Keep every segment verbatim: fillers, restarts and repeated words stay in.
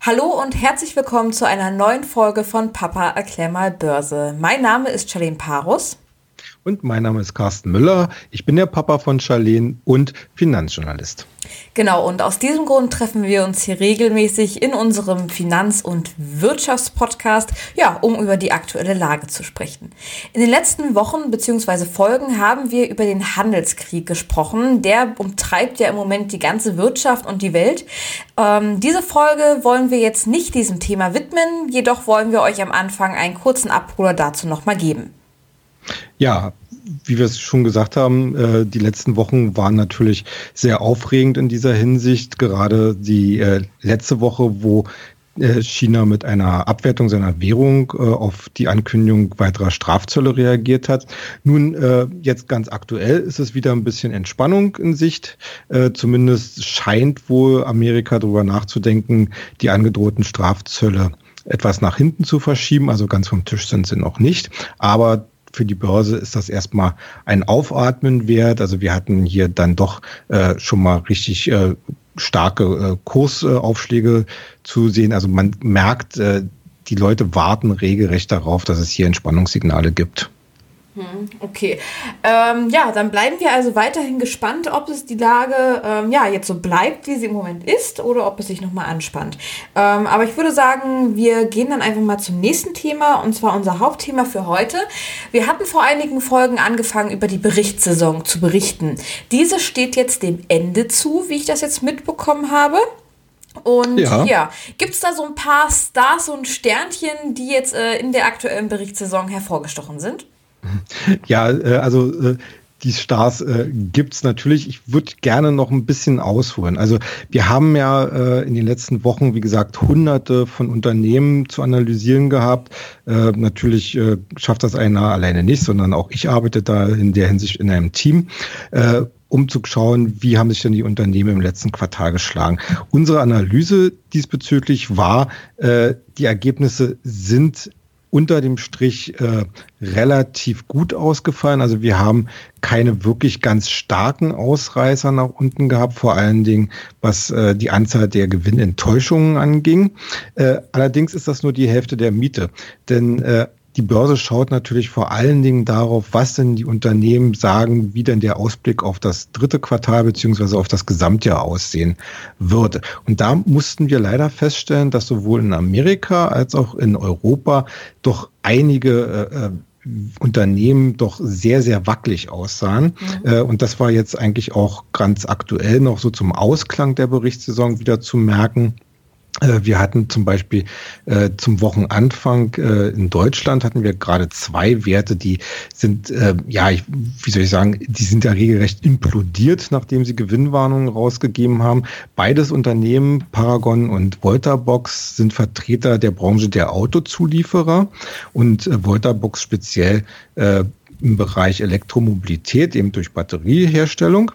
Hallo und herzlich willkommen zu einer neuen Folge von Papa erklär mal Börse. Mein Name ist Charlene Parus. Und mein Name ist Carsten Müller. Ich bin der Papa von Charlene und Finanzjournalist. Genau, und aus diesem Grund treffen wir uns hier regelmäßig in unserem Finanz- und Wirtschaftspodcast, ja, um über die aktuelle Lage zu sprechen. In den letzten Wochen bzw. Folgen haben wir über den Handelskrieg gesprochen. Der umtreibt ja im Moment die ganze Wirtschaft und die Welt. Ähm, diese Folge wollen wir jetzt nicht diesem Thema widmen, jedoch wollen wir euch am Anfang einen kurzen Abholer dazu nochmal geben. Ja, wie wir es schon gesagt haben, äh, die letzten Wochen waren natürlich sehr aufregend in dieser Hinsicht. Gerade die äh, letzte Woche, wo äh, China mit einer Abwertung seiner Währung äh, auf die Ankündigung weiterer Strafzölle reagiert hat. Nun, äh, jetzt ganz aktuell ist es wieder ein bisschen Entspannung in Sicht. Äh, zumindest scheint wohl Amerika darüber nachzudenken, die angedrohten Strafzölle etwas nach hinten zu verschieben. Also ganz vom Tisch sind sie noch nicht. Aber für die Börse ist das erstmal ein Aufatmen wert. Also wir hatten hier dann doch äh, schon mal richtig äh, starke äh, Kursaufschläge zu sehen. Also man merkt, äh, die Leute warten regelrecht darauf, dass es hier Entspannungssignale gibt. Okay, ähm, ja, dann bleiben wir also weiterhin gespannt, ob es die Lage ähm, ja jetzt so bleibt, wie sie im Moment ist, oder ob es sich nochmal anspannt. Ähm, aber ich würde sagen, wir gehen dann einfach mal zum nächsten Thema, und zwar unser Hauptthema für heute. Wir hatten vor einigen Folgen angefangen, über die Berichtssaison zu berichten. Diese steht jetzt dem Ende zu, wie ich das jetzt mitbekommen habe. Und ja, ja gibt es da so ein paar Stars und Sternchen, die jetzt äh, in der aktuellen Berichtssaison hervorgestochen sind? Ja, also die Stars äh, gibt's natürlich. Ich würde gerne noch ein bisschen ausholen. Also wir haben ja äh, in den letzten Wochen, wie gesagt, hunderte von Unternehmen zu analysieren gehabt. Äh, natürlich äh, schafft das einer alleine nicht, sondern auch ich arbeite da in der Hinsicht in einem Team. Äh, um zu schauen, wie haben sich denn die Unternehmen im letzten Quartal geschlagen. Unsere Analyse diesbezüglich war, äh, die Ergebnisse sind unter dem Strich äh, relativ gut ausgefallen. Also wir haben keine wirklich ganz starken Ausreißer nach unten gehabt, vor allen Dingen was äh, die Anzahl der Gewinnenttäuschungen anging. Äh, allerdings ist das nur die Hälfte der Miete, denn äh, die Börse schaut natürlich vor allen Dingen darauf, was denn die Unternehmen sagen, wie denn der Ausblick auf das dritte Quartal beziehungsweise auf das Gesamtjahr aussehen würde. Und da mussten wir leider feststellen, dass sowohl in Amerika als auch in Europa doch einige äh, Unternehmen doch sehr, sehr wackelig aussahen. Mhm. Äh, und das war jetzt eigentlich auch ganz aktuell noch so zum Ausklang der Berichtssaison wieder zu merken. Wir hatten zum Beispiel äh, zum Wochenanfang äh, in Deutschland hatten wir gerade zwei Werte, die sind, äh, ja, ich, wie soll ich sagen, die sind ja regelrecht implodiert, nachdem sie Gewinnwarnungen rausgegeben haben. Beides Unternehmen, Paragon und Voltabox, sind Vertreter der Branche der Autozulieferer und äh, Voltabox speziell äh, im Bereich Elektromobilität, eben durch Batterieherstellung.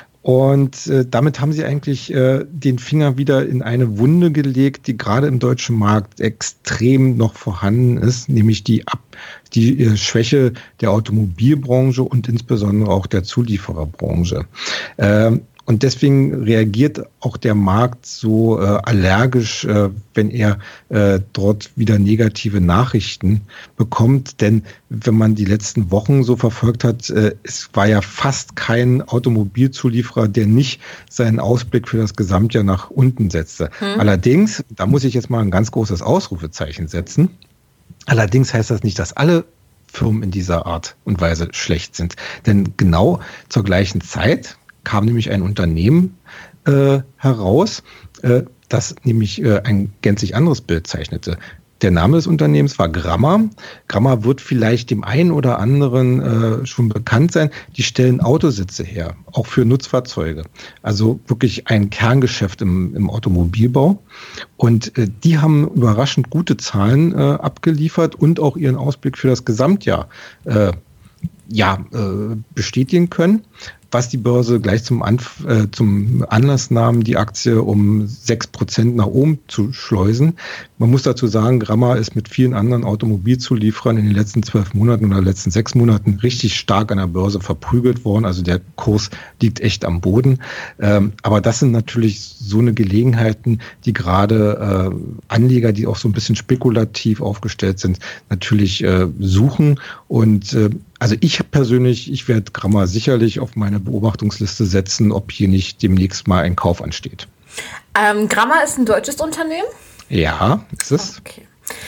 Und äh, damit haben sie eigentlich äh, den Finger wieder in eine Wunde gelegt, die gerade im deutschen Markt extrem noch vorhanden ist, nämlich die, Ab die äh, Schwäche der Automobilbranche und insbesondere auch der Zuliefererbranche. Ähm, Und deswegen reagiert auch der Markt so äh, allergisch, äh, wenn er äh, dort wieder negative Nachrichten bekommt. Denn wenn man die letzten Wochen so verfolgt hat, äh, es war ja fast kein Automobilzulieferer, der nicht seinen Ausblick für das Gesamtjahr nach unten setzte. Hm. Allerdings, da muss ich jetzt mal ein ganz großes Ausrufezeichen setzen, allerdings heißt das nicht, dass alle Firmen in dieser Art und Weise schlecht sind. Denn genau zur gleichen Zeit kam nämlich ein Unternehmen äh, heraus, äh, das nämlich äh, ein gänzlich anderes Bild zeichnete. Der Name des Unternehmens war Gramma. Gramma wird vielleicht dem einen oder anderen äh, schon bekannt sein. Die stellen Autositze her, auch für Nutzfahrzeuge. Also wirklich ein Kerngeschäft im, im Automobilbau. Und äh, die haben überraschend gute Zahlen äh, abgeliefert und auch ihren Ausblick für das Gesamtjahr äh, ja, äh, bestätigen können. was die Börse gleich zum, Anf- äh, zum Anlass nahm, die Aktie um sechs Prozent nach oben zu schleusen. Man muss dazu sagen, Gramma ist mit vielen anderen Automobilzulieferern in den letzten zwölf Monaten oder letzten sechs Monaten richtig stark an der Börse verprügelt worden. Also der Kurs liegt echt am Boden. Ähm, aber das sind natürlich so eine Gelegenheiten, die gerade äh, Anleger, die auch so ein bisschen spekulativ aufgestellt sind, natürlich äh, suchen. Und äh, also ich persönlich, ich werde Gramma sicherlich auf meine Beobachtungsliste setzen, ob hier nicht demnächst mal ein Kauf ansteht. Ähm, Gramma ist ein deutsches Unternehmen? Ja, ist es. Okay.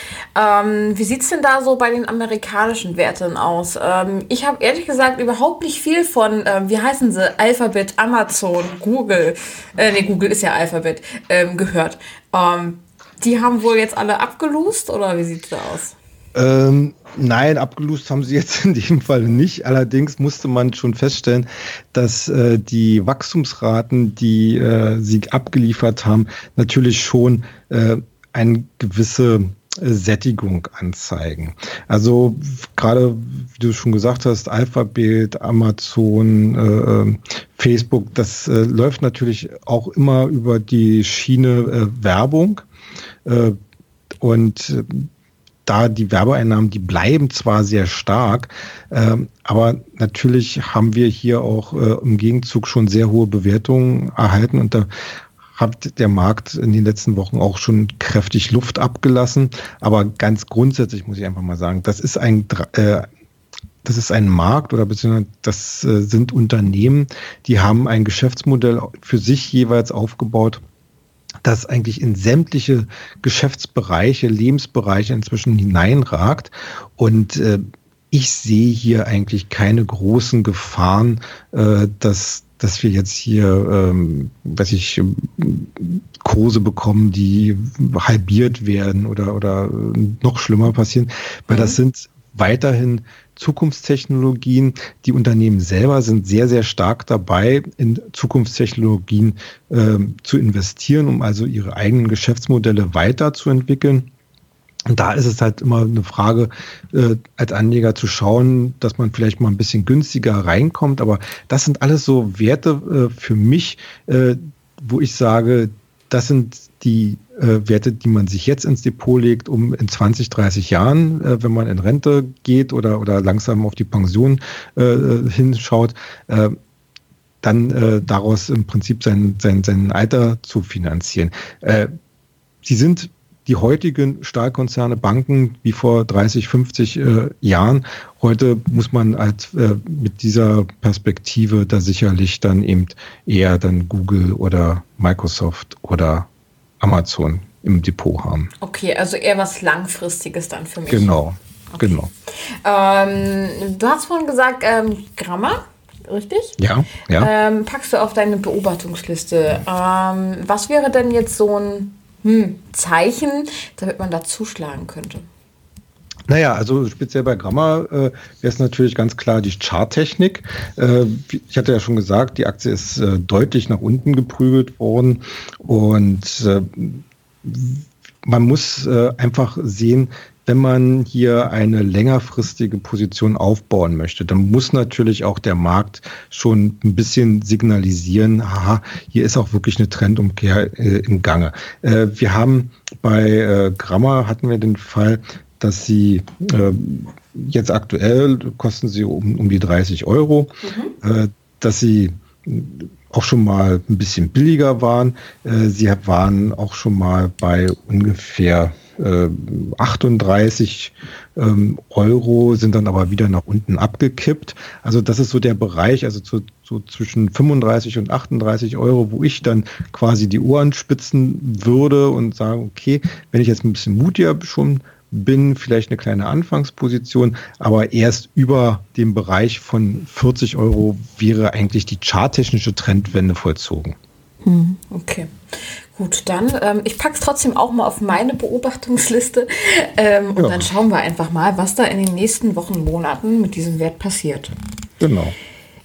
Ähm, wie sieht es denn da so bei den amerikanischen Werten aus? Ähm, ich habe ehrlich gesagt überhaupt nicht viel von, ähm, wie heißen sie, Alphabet, Amazon, Google, äh, nee, Google ist ja Alphabet, ähm, gehört. Ähm, die haben wohl jetzt alle abgelost oder wie sieht es da aus? Ähm, nein, abgelöst haben sie jetzt in dem Fall nicht. Allerdings musste man schon feststellen, dass äh, die Wachstumsraten, die äh, sie abgeliefert haben, natürlich schon äh, eine gewisse Sättigung anzeigen. Also gerade, wie du schon gesagt hast, Alphabet, Amazon, äh, Facebook, das äh, läuft natürlich auch immer über die Schiene äh, Werbung. Äh, und äh, da die Werbeeinnahmen, die bleiben zwar sehr stark, ähm, aber natürlich haben wir hier auch äh, im Gegenzug schon sehr hohe Bewertungen erhalten und da hat der Markt in den letzten Wochen auch schon kräftig Luft abgelassen. Aber ganz grundsätzlich muss ich einfach mal sagen, das ist ein, äh, das ist ein Markt oder beziehungsweise das äh, sind Unternehmen, die haben ein Geschäftsmodell für sich jeweils aufgebaut, das eigentlich in sämtliche Geschäftsbereiche, Lebensbereiche inzwischen hineinragt. Und äh, ich sehe hier eigentlich keine großen Gefahren, äh, dass dass wir jetzt hier, ähm, weiß ich, Kurse bekommen, die halbiert werden oder oder noch schlimmer passieren, weil mhm. das sind weiterhin Zukunftstechnologien. Die Unternehmen selber sind sehr, sehr stark dabei, in Zukunftstechnologien äh, zu investieren, um also ihre eigenen Geschäftsmodelle weiterzuentwickeln. Und da ist es halt immer eine Frage, äh, als Anleger zu schauen, dass man vielleicht mal ein bisschen günstiger reinkommt. Aber das sind alles so Werte äh, für mich, äh, wo ich sage, das sind die äh, Werte, die man sich jetzt ins Depot legt, um in zwanzig, dreißig Jahren, äh, wenn man in Rente geht oder, oder langsam auf die Pension äh, hinschaut, äh, dann äh, daraus im Prinzip sein, sein, sein Alter zu finanzieren. Äh, sie sind die heutigen Stahlkonzerne, Banken wie vor dreißig, fünfzig äh, Jahren. Heute muss man als, äh, mit dieser Perspektive da sicherlich dann eben eher dann Google oder Microsoft oder Amazon im Depot haben. Okay, also eher was Langfristiges dann für mich. Genau, okay. genau. Ähm, du hast vorhin gesagt, ähm, Gramma, richtig? Ja, ja. Ähm, packst du auf deine Beobachtungsliste. Ähm, was wäre denn jetzt so ein Hm, Zeichen, damit man da zuschlagen könnte? Naja, also speziell bei Gramma äh, wäre es natürlich ganz klar die Charttechnik. Äh, ich hatte ja schon gesagt, die Aktie ist äh, deutlich nach unten geprügelt worden und äh, man muss äh, einfach sehen, wenn man hier eine längerfristige Position aufbauen möchte, dann muss natürlich auch der Markt schon ein bisschen signalisieren, haha, hier ist auch wirklich eine Trendumkehr äh, im Gange. Äh, wir haben bei äh, Gramma hatten wir den Fall, dass sie äh, jetzt aktuell kosten sie um, um die dreißig Euro, mhm. äh, dass sie auch schon mal ein bisschen billiger waren. Äh, sie waren auch schon mal bei ungefähr achtunddreißig ähm, Euro, sind dann aber wieder nach unten abgekippt. Also das ist so der Bereich, also zu, so zwischen fünfunddreißig und achtunddreißig Euro, wo ich dann quasi die Ohren spitzen würde und sagen, okay, wenn ich jetzt ein bisschen mutiger schon bin, vielleicht eine kleine Anfangsposition, aber erst über dem Bereich von vierzig Euro wäre eigentlich die charttechnische Trendwende vollzogen. Hm, okay. Gut, dann, ähm, ich packe es trotzdem auch mal auf meine Beobachtungsliste ähm, und ja. Dann schauen wir einfach mal, was da in den nächsten Wochen, Monaten mit diesem Wert passiert. Genau.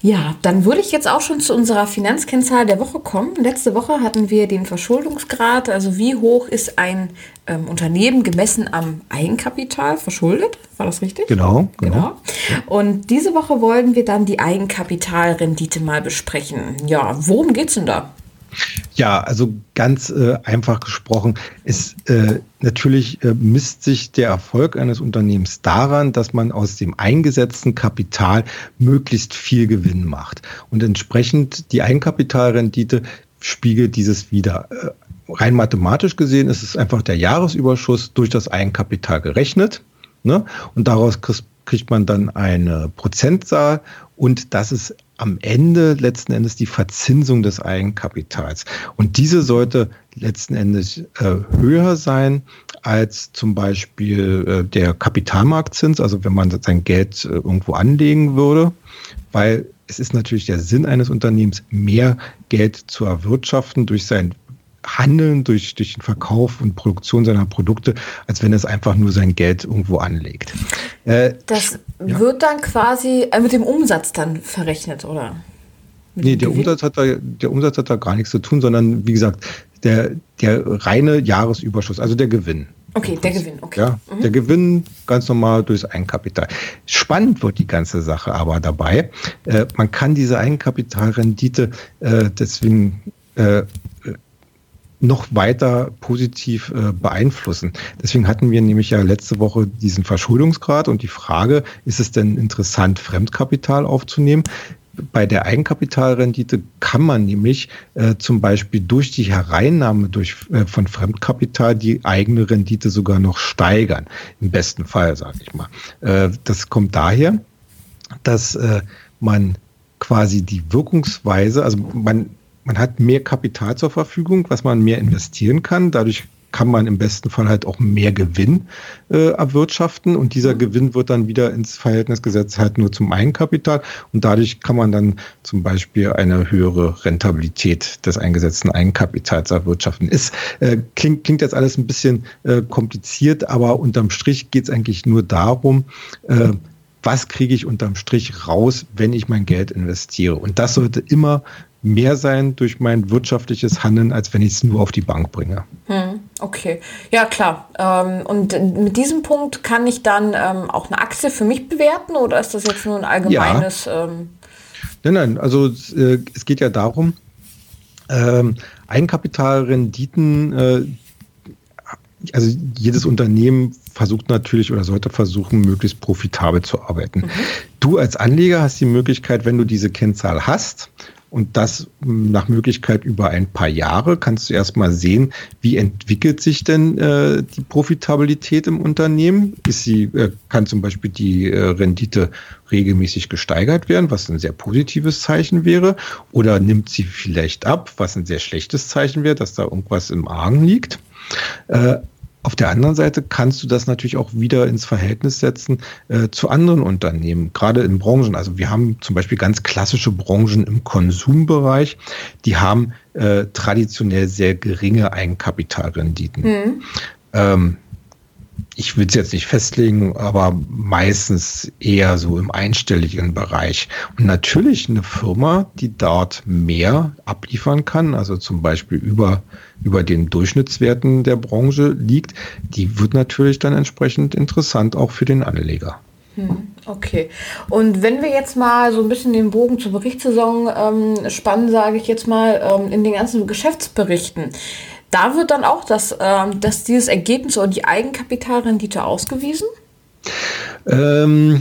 Ja, dann würde ich jetzt auch schon zu unserer Finanzkennzahl der Woche kommen. Letzte Woche hatten wir den Verschuldungsgrad, also wie hoch ist ein ähm, Unternehmen gemessen am Eigenkapital verschuldet? War das richtig? Genau, genau. genau. Und diese Woche wollen wir dann die Eigenkapitalrendite mal besprechen. Ja, worum geht's denn da? Ja, also ganz äh, einfach gesprochen, ist äh, natürlich äh, misst sich der Erfolg eines Unternehmens daran, dass man aus dem eingesetzten Kapital möglichst viel Gewinn macht. Und entsprechend die Eigenkapitalrendite spiegelt dieses wider. Äh, rein mathematisch gesehen ist es einfach der Jahresüberschuss durch das Eigenkapital gerechnet, ne? Und daraus kriegt man dann eine Prozentzahl und das ist am Ende letzten Endes die Verzinsung des Eigenkapitals. Und diese sollte letzten Endes äh, höher sein als zum Beispiel äh, der Kapitalmarktzins, also wenn man sein Geld äh, irgendwo anlegen würde, weil es ist natürlich der Sinn eines Unternehmens, mehr Geld zu erwirtschaften durch sein Handeln, durch, durch den Verkauf und Produktion seiner Produkte, als wenn es einfach nur sein Geld irgendwo anlegt. Äh, das ja. wird dann quasi äh, mit dem Umsatz dann verrechnet, oder? Mit nee, der Umsatz, hat da, der Umsatz hat da gar nichts zu tun, sondern wie gesagt, der, der reine Jahresüberschuss, also der Gewinn. Okay, der Gewinn, okay. Ja, mhm. Der Gewinn ganz normal durchs Eigenkapital. Spannend wird die ganze Sache aber dabei. Äh, man kann diese Eigenkapitalrendite äh, deswegen äh, noch weiter positiv äh, beeinflussen. Deswegen hatten wir nämlich ja letzte Woche diesen Verschuldungsgrad und die Frage, ist es denn interessant, Fremdkapital aufzunehmen? Bei der Eigenkapitalrendite kann man nämlich äh, zum Beispiel durch die Hereinnahme durch, äh, von Fremdkapital die eigene Rendite sogar noch steigern. Im besten Fall, sage ich mal. Äh, das kommt daher, dass äh, man quasi die Wirkungsweise, also man Man hat mehr Kapital zur Verfügung, was man mehr investieren kann. Dadurch kann man im besten Fall halt auch mehr Gewinn äh, erwirtschaften. Und dieser Gewinn wird dann wieder ins Verhältnis gesetzt halt nur zum Eigenkapital. Und dadurch kann man dann zum Beispiel eine höhere Rentabilität des eingesetzten Eigenkapitals erwirtschaften. Ist, äh, klingt, klingt jetzt alles ein bisschen äh, kompliziert, aber unterm Strich geht es eigentlich nur darum, äh, was kriege ich unterm Strich raus, wenn ich mein Geld investiere. Und das sollte immer mehr sein durch mein wirtschaftliches Handeln, als wenn ich es nur auf die Bank bringe. Hm, okay, ja klar. Ähm, und mit diesem Punkt kann ich dann ähm, auch eine Aktie für mich bewerten oder ist das jetzt nur ein allgemeines? Ja. Ähm Nein, nein, also äh, es geht ja darum, ähm, Eigenkapitalrenditen, äh, also jedes Unternehmen versucht natürlich oder sollte versuchen, möglichst profitabel zu arbeiten. Mhm. Du als Anleger hast die Möglichkeit, wenn du diese Kennzahl hast, und das nach Möglichkeit über ein paar Jahre, kannst du erstmal sehen, wie entwickelt sich denn äh, die Profitabilität im Unternehmen? Ist sie, äh, kann zum Beispiel die äh, Rendite regelmäßig gesteigert werden, was ein sehr positives Zeichen wäre, oder nimmt sie vielleicht ab, was ein sehr schlechtes Zeichen wäre, dass da irgendwas im Argen liegt. Äh, Auf der anderen Seite kannst du das natürlich auch wieder ins Verhältnis setzen äh, zu anderen Unternehmen, gerade in Branchen. Also wir haben zum Beispiel ganz klassische Branchen im Konsumbereich, die haben äh, traditionell sehr geringe Eigenkapitalrenditen. Mhm. Ähm, ich will es jetzt nicht festlegen, aber meistens eher so im einstelligen Bereich. Und natürlich eine Firma, die dort mehr abliefern kann, also zum Beispiel über, über den Durchschnittswerten der Branche liegt, die wird natürlich dann entsprechend interessant auch für den Anleger. Okay. Und wenn wir jetzt mal so ein bisschen den Bogen zur Berichtssaison ähm, spannen, sage ich jetzt mal, ähm, in den ganzen Geschäftsberichten, da wird dann auch das, ähm, dass dieses Ergebnis oder die Eigenkapitalrendite ausgewiesen? Ähm,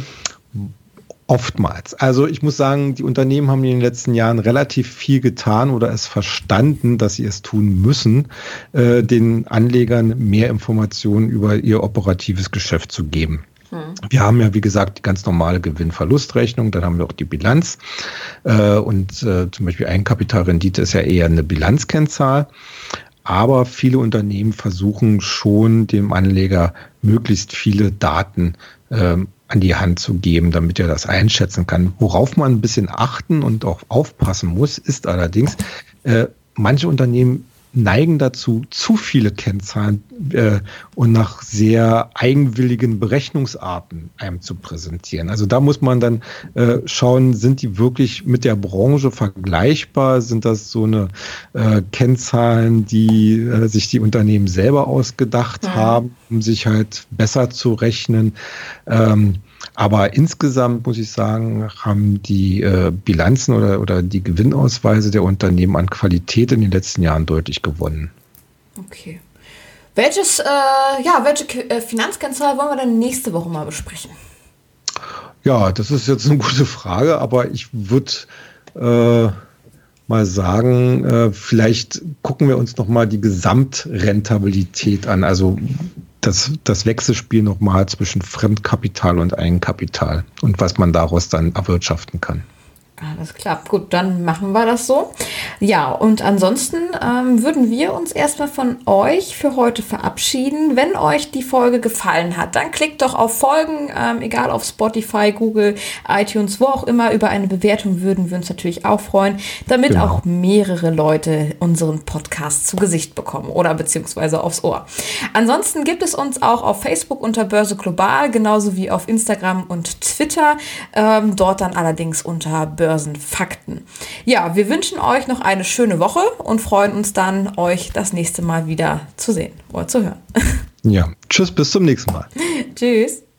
oftmals. Also ich muss sagen, die Unternehmen haben in den letzten Jahren relativ viel getan oder es verstanden, dass sie es tun müssen, äh, den Anlegern mehr Informationen über ihr operatives Geschäft zu geben. Wir haben ja, wie gesagt, die ganz normale Gewinn-Verlust-Rechnung, dann haben wir auch die Bilanz äh, und äh, zum Beispiel Eigenkapitalrendite ist ja eher eine Bilanzkennzahl. Aber viele Unternehmen versuchen schon, dem Anleger möglichst viele Daten ähm, an die Hand zu geben, damit er das einschätzen kann. Worauf man ein bisschen achten und auch aufpassen muss, ist allerdings, äh, manche Unternehmen neigen dazu, zu viele Kennzahlen äh, und nach sehr eigenwilligen Berechnungsarten einem zu präsentieren. Also da muss man dann äh, schauen, sind die wirklich mit der Branche vergleichbar? Sind das so eine äh, Kennzahlen, die äh, sich die Unternehmen selber ausgedacht ja. haben, um sich halt besser zu rechnen? Ähm, Aber insgesamt muss ich sagen, haben die äh, Bilanzen oder, oder die Gewinnausweise der Unternehmen an Qualität in den letzten Jahren deutlich gewonnen. Okay. Welches, äh, ja, welche K- Finanzkennzahl wollen wir denn nächste Woche mal besprechen? Ja, das ist jetzt eine gute Frage, aber ich würde äh, mal sagen, äh, vielleicht gucken wir uns noch mal die Gesamtrentabilität an, also das, das Wechselspiel nochmal zwischen Fremdkapital und Eigenkapital und was man daraus dann erwirtschaften kann. Alles klar, gut, dann machen wir das so. Ja, und ansonsten ähm, würden wir uns erstmal von euch für heute verabschieden. Wenn euch die Folge gefallen hat, dann klickt doch auf Folgen, ähm, egal auf Spotify, Google, iTunes, wo auch immer. Über eine Bewertung würden wir uns natürlich auch freuen, damit genau. auch mehrere Leute unseren Podcast zu Gesicht bekommen oder beziehungsweise aufs Ohr. Ansonsten gibt es uns auch auf Facebook unter Börse Global, genauso wie auf Instagram und Twitter, ähm, dort dann allerdings unter Börse Fakten. Ja, wir wünschen euch noch eine schöne Woche und freuen uns dann, euch das nächste Mal wieder zu sehen oder zu hören. Ja, tschüss, bis zum nächsten Mal. Tschüss.